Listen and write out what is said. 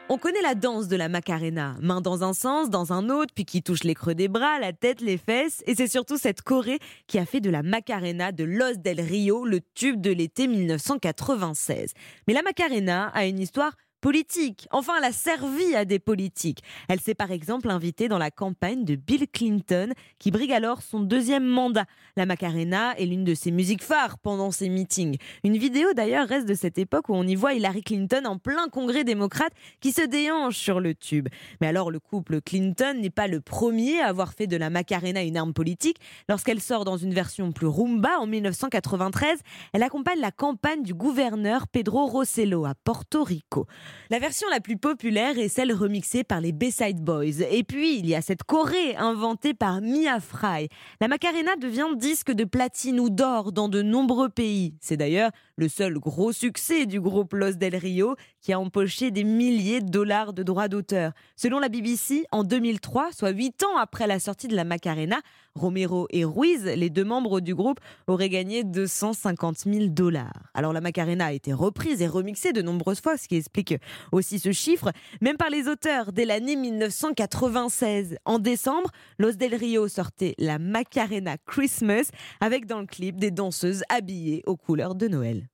On connaît la danse de la Macarena, main dans un sens, dans un autre, puis qui touche les creux des bras, la tête, les fesses. Et c'est surtout cette choré qui a fait de la Macarena de Los del Rio le tube de l'été 1996. Mais la Macarena a une histoire politique. Enfin, elle a servi à des politiques. Elle s'est par exemple invitée dans la campagne de Bill Clinton, qui brigue alors son deuxième mandat. La Macarena est l'une de ses musiques phares pendant ses meetings. Une vidéo d'ailleurs reste de cette époque où on y voit Hillary Clinton en plein congrès démocrate qui se déhanche sur le tube. Mais alors le couple Clinton n'est pas le premier à avoir fait de la Macarena une arme politique. Lorsqu'elle sort dans une version plus rumba en 1993, elle accompagne la campagne du gouverneur Pedro Rosselló à Porto Rico. La version la plus populaire est celle remixée par les Bayside Boys. Et puis, il y a cette choré inventée par Mia Fry. La Macarena devient disque de platine ou d'or dans de nombreux pays. C'est d'ailleurs le seul gros succès du groupe Los del Rio qui a empoché des milliers de dollars de droits d'auteur. Selon la BBC, en 2003, soit 8 ans après la sortie de la Macarena, Romero et Ruiz, les deux membres du groupe, auraient gagné 250 000 dollars. Alors la Macarena a été reprise et remixée de nombreuses fois, ce qui explique aussi ce chiffre, même par les auteurs dès l'année 1996. En décembre, Los del Rio sortait la Macarena Christmas avec dans le clip des danseuses habillées aux couleurs de Noël.